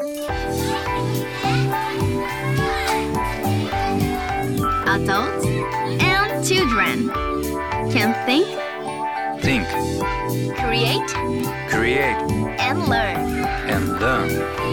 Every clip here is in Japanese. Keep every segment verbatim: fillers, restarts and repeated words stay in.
Adults and children can think, Think, create, create, and learn. and learn.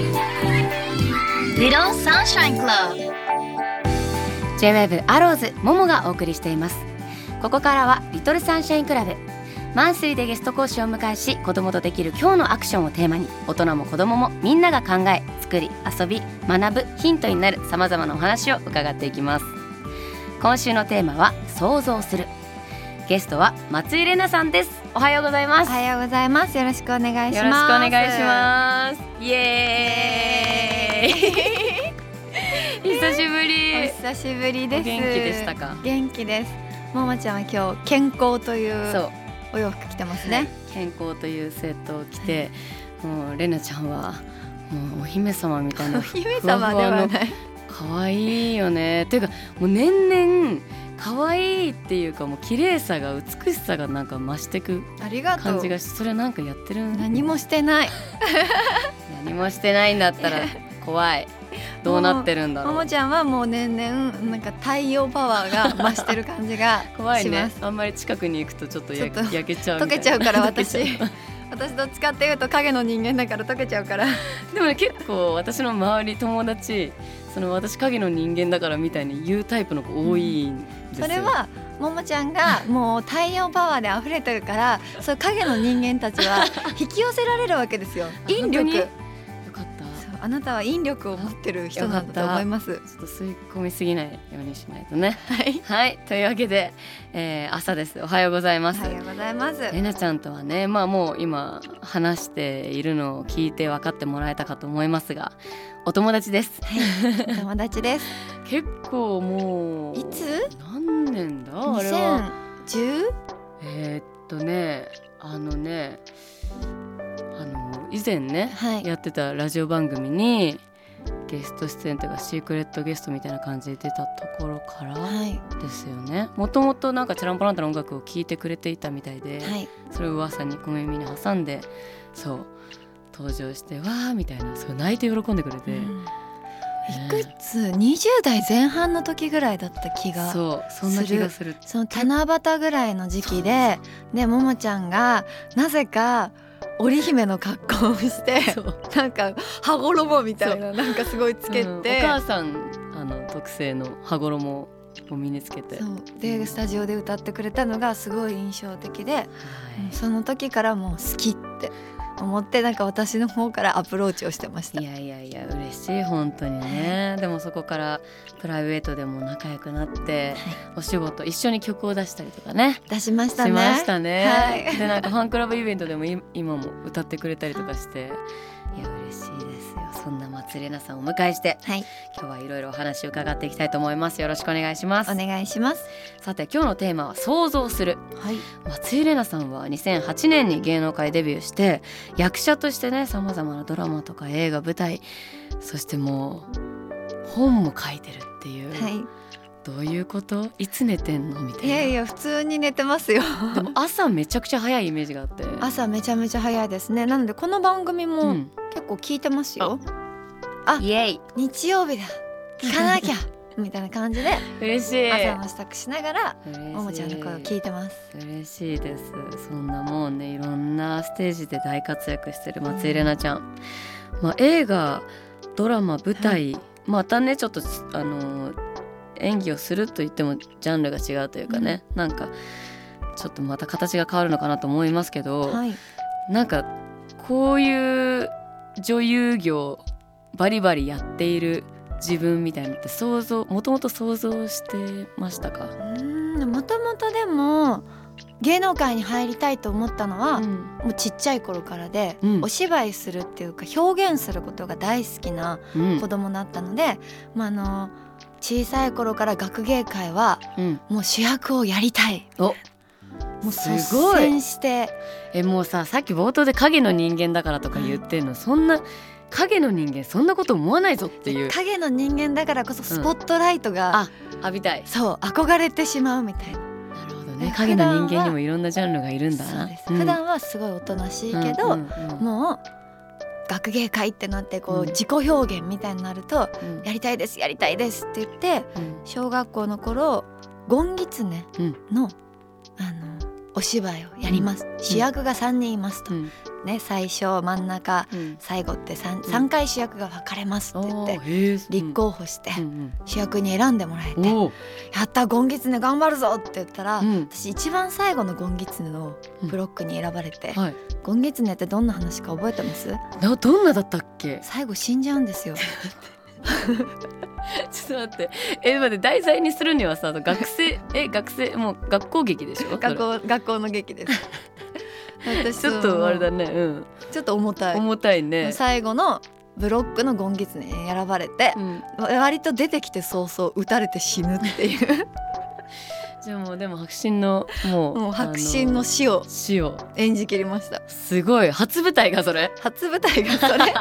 Little Sunshine Club。 ジェイウェーブ アローズももがお送りしています。ここからはリトルサンシャインクラブ、マンスリーでゲスト講師をお迎えし、子どもとできる今日のアクションをテーマに、大人も子どももみんなが考え、作り、遊び、学ぶヒントになるさまざまなお話を伺っていきます。今週のテーマは想像する。ゲストは松井玲奈さんです。おはようございます。 おはようございます。よろしくお願いします。 よろしくお願いします。イエーイ久しぶり。 お久しぶりです。 お元気でしたか？ 元気です。ももちゃんは今日健康というそうお洋服着てますね。 健康というセットを着て、もう玲奈ちゃんはもうお姫様みたいなお姫様ではない。 可愛いよね。ていうかもう年々可愛いっていうか、もう綺麗さが美しさがなんか増してくありがとう。 感じがし、それなんかやってる？ 何もしてない。 何もしてないんだったら怖い。どうなってるんだろう。 ももちゃんはもう年々なんか太陽パワーが増してる感じがします。 怖いね。あんまり近くに行くとちょっとやちょっと焼けちゃうみたいな。 溶けちゃうから私溶けちゃう私どっちかっていうと影の人間だから溶けちゃうから。 でもね、結構私の周り友達、その私影の人間だからみたいに言うタイプの子多いんですよ。 それはももちゃんがもう太陽パワーで溢れてるから、そう影の人間たちは引き寄せられるわけですよ。引力。 よかった。 そう、あなたは引力を持ってる人なんだと思います。 ちょっと吸い込みすぎないようにしないとね。 はい、 はい、というわけで、えー、朝です。おはようございます。 おはようございます。 れなちゃんとはね、まあもう今話しているのを聞いて分かってもらえたかと思いますが、お友達です。 はい、お友達です。 結構もういつ？ 何年だあにせれは。 んじゅう？ えー、っとねあのねあの以前ね、 はい、 やってたラジオ番組にゲスト出演というかシークレットゲストみたいな感じで出たところからですよね。もともとなんかチャランポランタの音楽を聴いてくれていたみたいで、はい、それを噂に小耳に挟んで、そう登場してわーみたいな、そう泣いて喜んでくれて、うん、 いくつにじゅう代前半の時ぐらいだった気がする。 そうそんな気がする。 その七夕ぐらいの時期で、でももちゃんがなぜか織姫の格好をしてなんか羽衣みたいななんかすごいつけて、うん、お母さんあの特製の羽衣を身につけて、 そうでスタジオで歌ってくれたのがすごい印象的で、はい、その時からもう好きって思って、なんか私の方からアプローチをしてました。 いやいやいや嬉しい本当にね。でもそこからプライベートでも仲良くなって、はい、お仕事一緒に曲を出したりとかね、 出しましたねしましたね、 はい、 でなんかファンクラブイベントでも今も歌ってくれたりとかして、いや嬉しいですよ。そんな松玲奈さんをお迎えして、はい、今日はいろいろお話を伺っていきたいと思います。よろしくお願いします。 お願いします。 さて今日のテーマは想像する、はい、松井玲奈さんはにせんはちねんに芸能界デビューして、役者としてねさまざまなドラマとか映画舞台、そしてもう本も書いてるっていう、はい、どういうこと？いつ寝てんのみたいな。 いやいや普通に寝てますよ。 でも朝めちゃくちゃ早いイメージがあって。 朝めちゃめちゃ早いですね。なのでこの番組も結構聞いてますよ、うん、あイエイ日曜日だ聞かなきゃみたいな感じで嬉しい。 朝の支度しながらももちゃんの声を聞いてます。 嬉しいです。そんなもうねいろんなステージで大活躍してる松井玲奈ちゃん、うん、まあ、映画ドラマ舞台、はい、またねちょっとあの演技をすると言ってもジャンルが違うというかね、うん、なんかちょっとまた形が変わるのかなと思いますけど、はい、なんかこういう女優業バリバリやっている自分みたいなのって想像もともと想像してましたか？ もともとでも芸能界に入りたいと思ったのは、うん、もうちっちゃい頃からで、うん、お芝居するっていうか表現することが大好きな子供だったので、うん、まあ、あの小さい頃から学芸会は、うん、もう主役をやりたい、おもう率先してえもうささっき冒頭で影の人間だからとか言ってんの、うん、そんな影の人間そんなこと思わないぞっていう。 影の人間だからこそスポットライトが、うん、 あ浴びたい、 そう憧れてしまうみたいな。 なるほどね。影の人間にもいろんなジャンルがいるんだな。 そうです、うん、普段はすごいおとなしいけど、うんうんうん、もう学芸会ってなってこう、 うん、 自己表現みたいになると、 うん、 やりたいですやりたいですって言って、 うん、 小学校の頃ゴンギツネの、うん、あのお芝居をやります、うん、主役がさんにんいますと、うんね、最初真ん中、うん、最後って 3, さんかい主役が分かれますって言って、立候補して主役に選んでもらえて、やったゴンギツネ頑張るぞって言ったら、うん、私一番最後のゴンギツネのブロックに選ばれて、うんはい、ゴンギツネってどんな話か覚えてます？ などんなだったっけ？ 最後死んじゃうんですよ。 ちょっと待って、え待って題材にするにはさ、学生え学生もう学校劇でしょ？ 学校学校の劇です。 私ちょっとあれだね、うん、 ちょっと重たい重たいね。 最後のブロックのゴンギツネに選ばれて、うん、割と出てきて早々撃たれて死ぬっていうじゃあもうでも迫真のもう、 もう迫真の死を死を演じきりました。 すごい。初舞台がそれ初舞台がそれ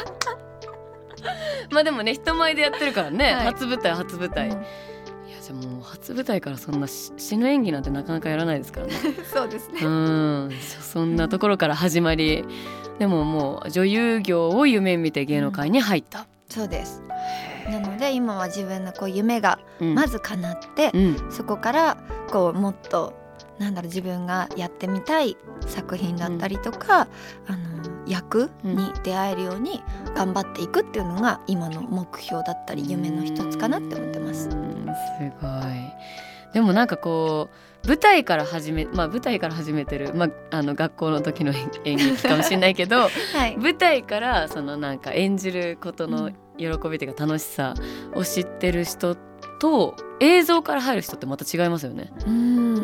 まあでもね、人前でやってるからね、はい、初舞台初舞台、うん、いやじゃあもう初舞台からそんな死ぬ演技なんてなかなかやらないですからねそうですね。 うんそんなところから始まり、でももう女優業を夢見て芸能界に入った、うん、 そうです。なので今は自分のこう夢がまず叶って、うん、そこからこうもっとなんだろう、自分がやってみたい作品だったりとか、うん、あの役に出会えるように頑張っていくっていうのが今の目標だったり夢の一つかなって思ってます。 うん、すごい。でもなんかこう舞台から始め、まあ舞台から始めてる、まあ、あの学校の時の演劇かもしれないけど、はい、舞台からそのなんか演じることの喜びというか楽しさを知ってる人と映像から入る人ってまた違いますよね。うん、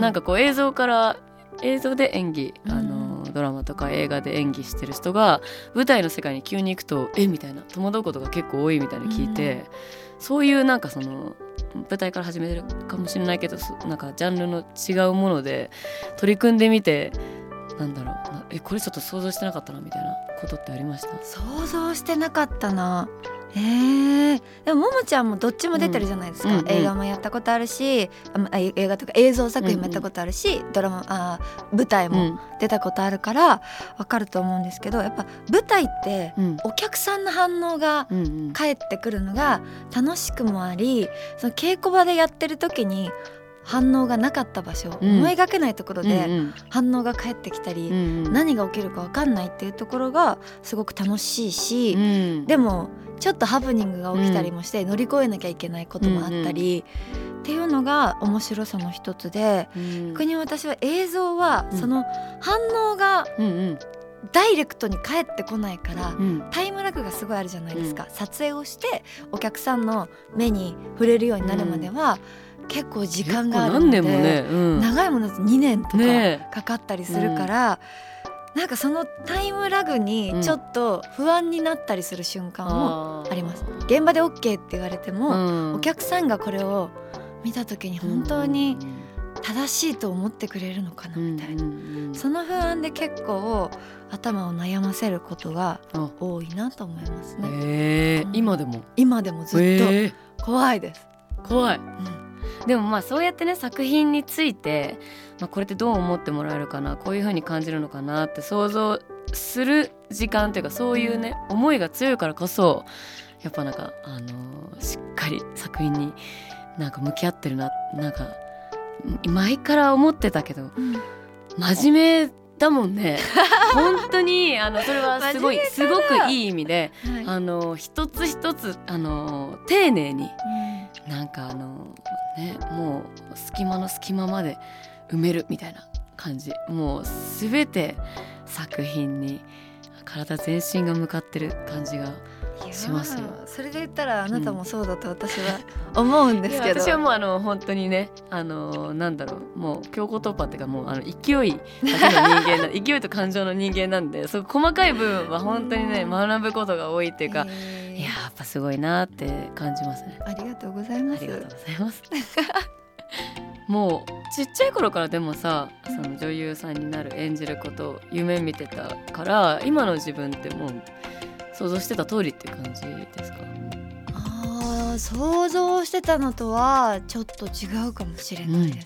なんかこう映像から映像で演技、あのドラマとか映画で演技してる人が舞台の世界に急に行くとえみたいな戸惑うことが結構多いみたいな聞いて、うん、そういうなんかその舞台から始めてるかもしれないけど、なんかジャンルの違うもので取り組んでみて、なんだろうな、えこれちょっと想像してなかったなみたいなことってありました？ 想像してなかったな。えー、でもももちゃんもどっちも出てるじゃないですか、うんうんうん、映画もやったことあるし、あ映画とか映像作品もやったことあるし、うんうん、ドラマあ舞台も出たことあるから分かると思うんですけど、やっぱ舞台ってお客さんの反応が返ってくるのが楽しくもあり、その稽古場でやってる時に反応がなかった場所、うん、思いがけないところで反応が返ってきたり、うんうん、何が起きるか分かんないっていうところがすごく楽しいし、うん、でもちょっとハプニングが起きたりもして乗り越えなきゃいけないこともあったり、うんうん、っていうのが面白さの一つで、うん、逆に私は映像はその反応がダイレクトに返ってこないから、うん、タイムラグがすごいあるじゃないですか、うん、撮影をしてお客さんの目に触れるようになるまでは、うん、結構時間があるので、ねうん、長いものだとにねんとかかかったりするから、ねうん、なんかそのタイムラグにちょっと不安になったりする瞬間もあります、うん、現場で OK って言われても、うん、お客さんがこれを見た時に本当に正しいと思ってくれるのかなみたいな、うんうんうん、その不安で結構頭を悩ませることが多いなと思いますね。 えーうん、今でも今でもずっと怖いです、 えー、怖い、うん、でもまあそうやってね作品について、まあ、これってどう思ってもらえるかな、こういう風に感じるのかなって想像する時間というか、そういうね思いが強いからこそやっぱなんか、あのー、しっかり作品になんか向き合ってるな、なんか前から思ってたけど、うん、真面目だもんね本当にあのそれはすごいすごくいい意味で、はい、あの一つ一つあの丁寧に、うん、なんかあのねもう隙間の隙間まで埋めるみたいな感じ、もうすべて作品に体全身が向かってる感じがしますよ。 それで言ったらあなたもそうだと私は思うんですけど、 うん、私はもうあの本当にね、あのなんだろう、もう強行突破っていうか、もうあの勢いだけの人間な勢いと感情の人間なんで、そう細かい部分は本当にね学ぶことが多いっていうか、えー、いややっぱすごいなって感じますね。 ありがとうございます。 ありがとうございますもうちっちゃい頃からでもさ、その女優さんになる演じることを夢見てたから、今の自分ってもう想像してた通りっていう感じですか？ あ、想像してたのとはちょっと違うかもしれないです、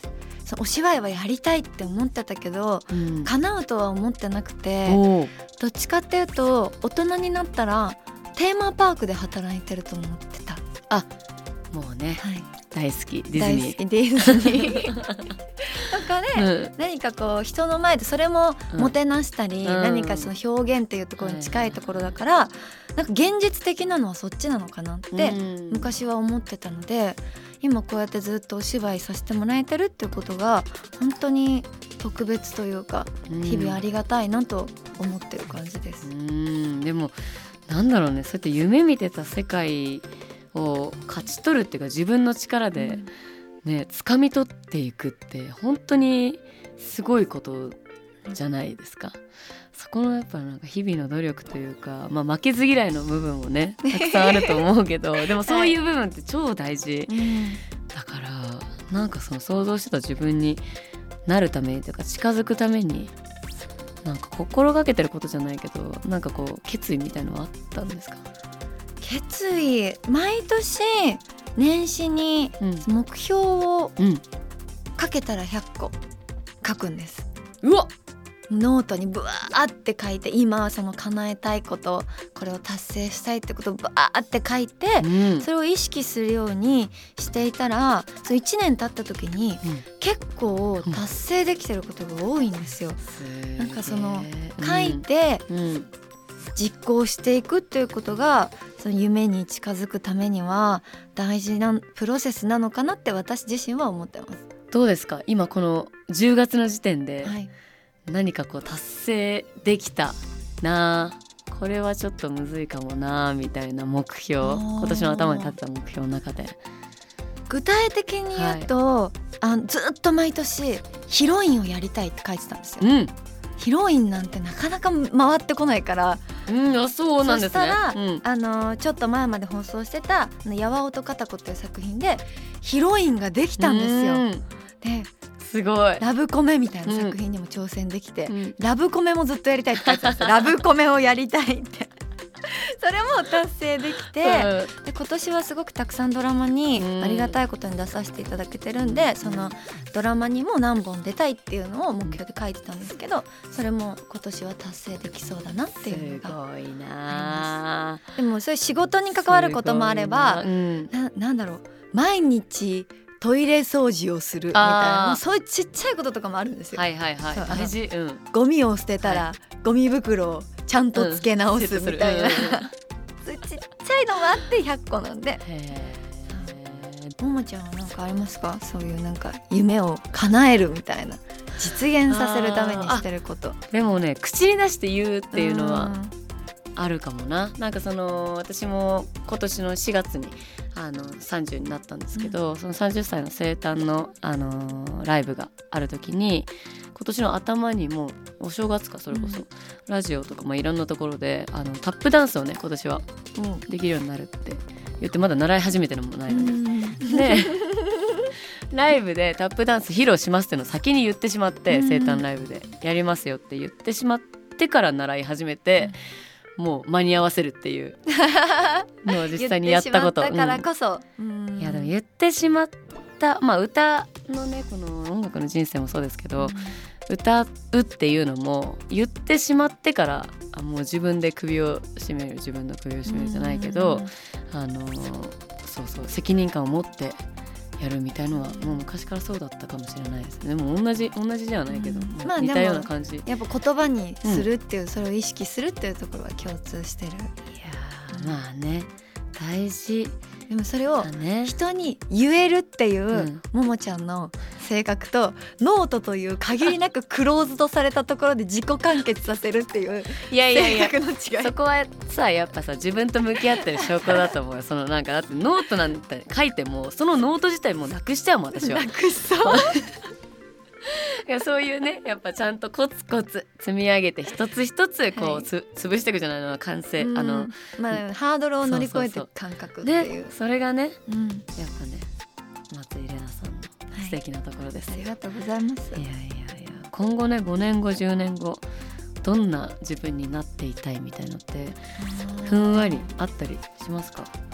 そのお芝居はやりたいって思ってたけど、うん、叶うとは思ってなくて、どっちかっていうと大人になったらテーマパークで働いてると思ってた。 あ、もうね、はい、大好きディズニー。 大好きディズニーとかね、うん、何かこう人の前でそれももてなしたり、うん、何かその表現っていうところに近いところだから、うん、なんか現実的なのはそっちなのかなって昔は思ってたので、今こうやってずっとお芝居させてもらえてるっていうことが本当に特別というか、日々ありがたいなと思ってる感じです。 うん、でもなんだろうね、そうやって夢見てた世界を勝ち取るっていうか、自分の力でね、掴み取っていくって本当にすごいことじゃないですか。そこのやっぱなんか日々の努力というか、まあ、負けず嫌いの部分もねたくさんあると思うけどでもそういう部分って超大事、はい、だからなんかその想像してた自分になるためにというか近づくためになんか心がけてることじゃないけど、なんかこう決意みたいのはあったんですか？ 決意、毎年年始に目標を書けたらひゃっこ書くんです、 うん、うわノートにブワーって書いて、今その叶えたいこと、これを達成したいってことをブワーって書いて、うん、それを意識するようにしていたら、そういちねん経った時に、うん、結構達成できてることが多いんですよ、うん、なんかその書いて、うんうん実行していくっていうことがその夢に近づくためには大事なプロセスなのかなって私自身は思ってます。 どうですか、今このじゅうがつの時点で何かこう達成できたな、これはちょっとむずいかもなみたいな目標、今年の頭に立った目標の中で具体的に言うと、はい、あずっと毎年ヒロインをやりたいって書いてたんですよ、うん、ヒロインなんてなかなか回ってこないから、 うん、あそうなんですね。 そしたら、 うん、 あのちょっと前まで放送してた「やわおとかたこ」っていう作品でヒロインができたんですよ。ですごいラブコメみたいな作品にも挑戦できて、うん、ラブコメもずっとやりたいって書いてたんですよラブコメをやりたいってそれも達成できて、うん、で今年はすごくたくさんドラマにありがたいことに出させていただけてるんで、うん、そのドラマにも何本出たいっていうのを目標で書いてたんですけど、それも今年は達成できそうだなっていうのがあります。でもそういう仕事に関わることもあれば、うん、な, なんだろう毎日トイレ掃除をするみたいな、もうそういうちっちゃいこととかもあるんですよ。 はいはいはい、大事、うん、 ゴミを捨てたら、はい、ゴミ袋をちゃんとつけ直すみたいな、うん、そういうちっちゃいのもあってひゃっこなんで。ももちゃんは何かありますか、そういうなんか夢を叶えるみたいな、実現させるためにしてること。 でもね、口に出して言うっていうのはあるかもな。なんかその私も今年のしがつにあのさんじゅうになったんですけど、うん、そのさんじゅっさいの生誕の、あのー、ライブがある時に、今年の頭にもお正月かそれこそ、うん、ラジオとか、まあ、いろんなところであのタップダンスをね今年はできるようになるって言って、まだ習い始めてるのもないので、うん、でライブでタップダンス披露しますってのを先に言ってしまって、うん、生誕ライブでやりますよって言ってしまってから習い始めて、うん、もう間に合わせるっていうのを実際にやったこと言ってしまったからこそ、 うん、いやでも言ってしまった、まあ、歌のねこの音楽の人生もそうですけど、うん、歌うっていうのも言ってしまってからあもう自分で首を絞める自分の首を絞めるじゃないけど、うん、あのそうそう責任感を持ってやるみたいのはもう昔からそうだったかもしれないですね。でも同じ同じじゃないけど、うんまあ、似たような感じ。 やっぱ言葉にするっていう、うん、それを意識するっていうところは共通してる。いや、 うん、まあね大事。 でもそれを人に言えるっていう、うん、ももちゃんの性格とノートという限りなくクローズドされたところで自己完結させるっていう性格の違い。 いやいやいやそこはさやっぱさ自分と向き合ってる証拠だと思うよ。そのなんかだってノートなんて書いてもそのノート自体もうなくしちゃうもん私は。 なくしそういやそういうねやっぱちゃんとコツコツ積み上げて一つ一つこう、はい、つ潰していくじゃないの完成、あの、 まあ、ハードルを乗り越えていく感覚っていう。 そうそうそうでそれがね、うん、やっぱね松井玲奈さんの素敵なところですよ、 はい、ありがとうございます。 いやいやいや今後ねごねんごじゅうねんごどんな自分になっていたいみたいのってふんわりあったりしますか？ ふ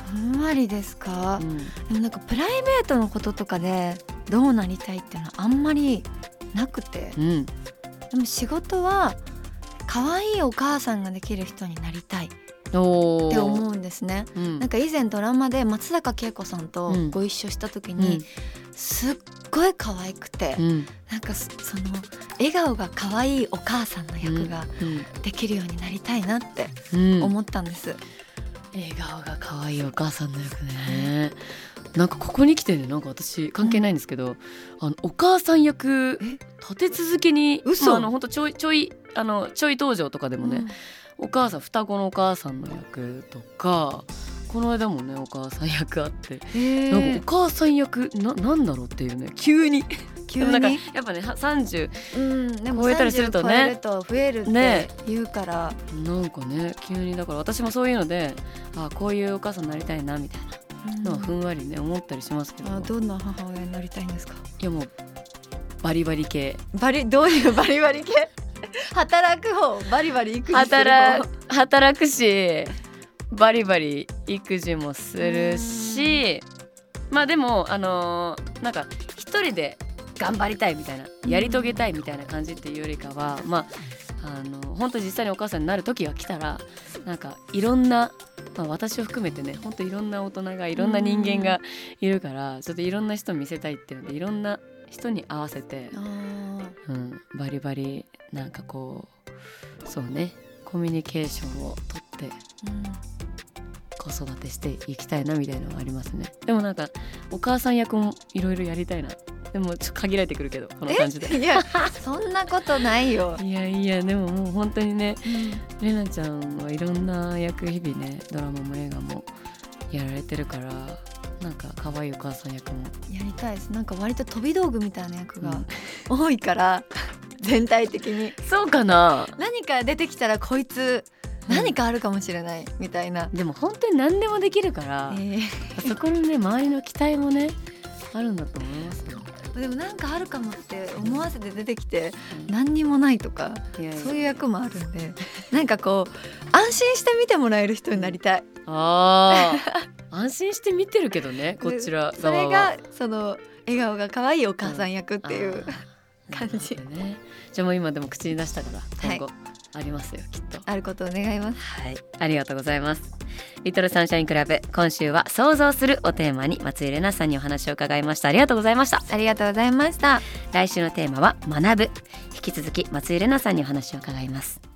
ふんわりですか、 うん、 でもなんかプライベートのこととかでどうなりたいっていうのはあんまりなくて、 うん、 でも仕事は可愛いお母さんができる人になりたいって思うんですね、うん、なんか以前ドラマで松坂慶子さんとご一緒した時に、うん、すっごい可愛くて、うん、なんかその笑顔が可愛いお母さんの役ができるようになりたいなって思ったんです、 うん、笑顔が可愛いお母さんの役ね。なんかここに来てね、なんか私関係ないんですけど、うん、あのお母さん役立て続けに、まあ、あの本当ちょいちょいあのちょい登場とかでもね、うん、お母さん双子のお母さんの役とかこの間もねお母さん役あって、なんかお母さん役 な, なんだろうっていうね急に急になんかやっぱねさんじゅう、うん、でも超えたりするとねさんじゅう超えると増えるって言うから、 ね、なんかね急にだから私もそういうのであこういうお母さんになりたいなみたいなのはふんわりね思ったりしますけど、 あどんな母親になりたいんですか？ いやもうバリバリ系。 バリどういうバリバリ系？働く方、バリバリ育児する方。 働, 働くしバリバリ育児もするし、まあでもあのー、なんか一人で頑張りたいみたいなやり遂げたいみたいな感じっていうよりかは、まああの本当実際にお母さんになる時が来たらなんかいろんな、まあ、私を含めてね本当いろんな大人がいろんな人間がいるからちょっといろんな人見せたいっていうのでいろんな人に合わせて、うん、バリバリなんかこうそうねコミュニケーションをとって、うん、子育てしていきたいなみたいなのがありますね。でもなんかお母さん役もいろいろやりたいな。でもちょっと限られてくるけどこの感じで。 いやそんなことないよ。 いやいやでももう本当にね、うん、レナちゃんはいろんな役日々ねドラマも映画もやられてるからなんか可愛いお母さん役もやりたいです。なんか割と飛び道具みたいな役が多いから、うん、全体的にそうかな。 何か出てきたらこいつ何かあるかもしれないみたいな、 うん、でも本当に何でもできるから、えー、そこにね周りの期待もねあるんだと思いますよ。 でもなんかあるかもって思わせて出てきて何にもないとか、うん、いやいやそういう役もあるんでなんかこう安心して見てもらえる人になりたい。あ安心して見てるけどねこちら側は。 それがその笑顔が可愛いお母さん役っていう、うん、感じ、 ね、じゃあもう今でも口に出したから今後、はい、ありますよきっと。 あることを願います。 はい、ありがとうございます。リトルサンシャインクラブ今週は想像するをテーマに松井玲奈さんにお話を伺いました。ありがとうございました。 ありがとうございました。 来週のテーマは学ぶ。引き続き松井玲奈さんにお話を伺います。